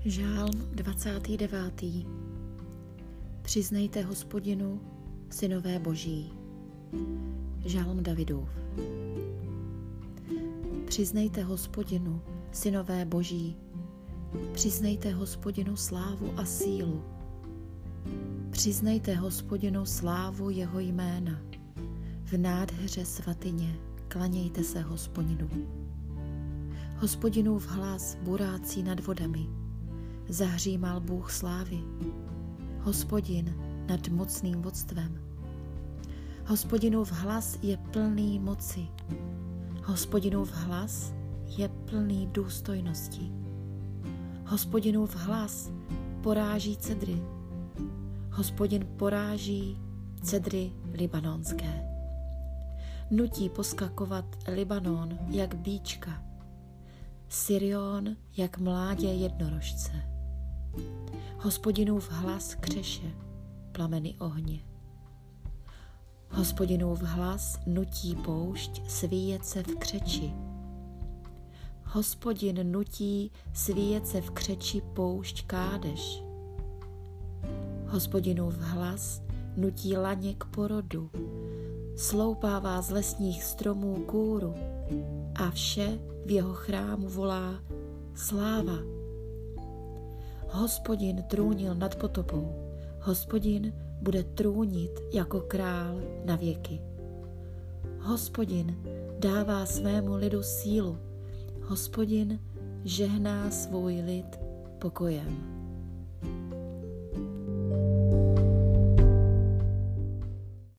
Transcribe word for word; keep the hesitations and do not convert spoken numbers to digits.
Žálm dvacátý devátý. Přiznejte Hospodinu, synové boží. Žálm Davidův. Přiznejte Hospodinu, synové boží. Přiznejte Hospodinu slávu a sílu. Přiznejte Hospodinu slávu jeho jména. V nádheře svatyně klanějte se Hospodinu. Hospodinův hlas burácí nad vodami. Zahřímal Bůh slávy. Hospodin nad mocným vodstvem. Hospodinův hlas je plný moci. Hospodinův hlas je plný důstojnosti. Hospodinův hlas poráží cedry. Hospodin poráží cedry libanonské. Nutí poskakovat Libanon jak býčka, Sirion jak mládě jednorožce. Hospodinův hlas křeše plameny ohně. Hospodinův hlas nutí poušť svíjet se v křeči. Hospodin nutí svíjet se v křeči poušť Kádeš. Hospodinův hlas nutí laně k porodu, sloupává z lesních stromů kůru a vše v jeho chrámu volá sláva. Hospodin trůnil nad potopou, Hospodin bude trůnit jako král na věky. Hospodin dává svému lidu sílu, Hospodin žehná svůj lid pokojem.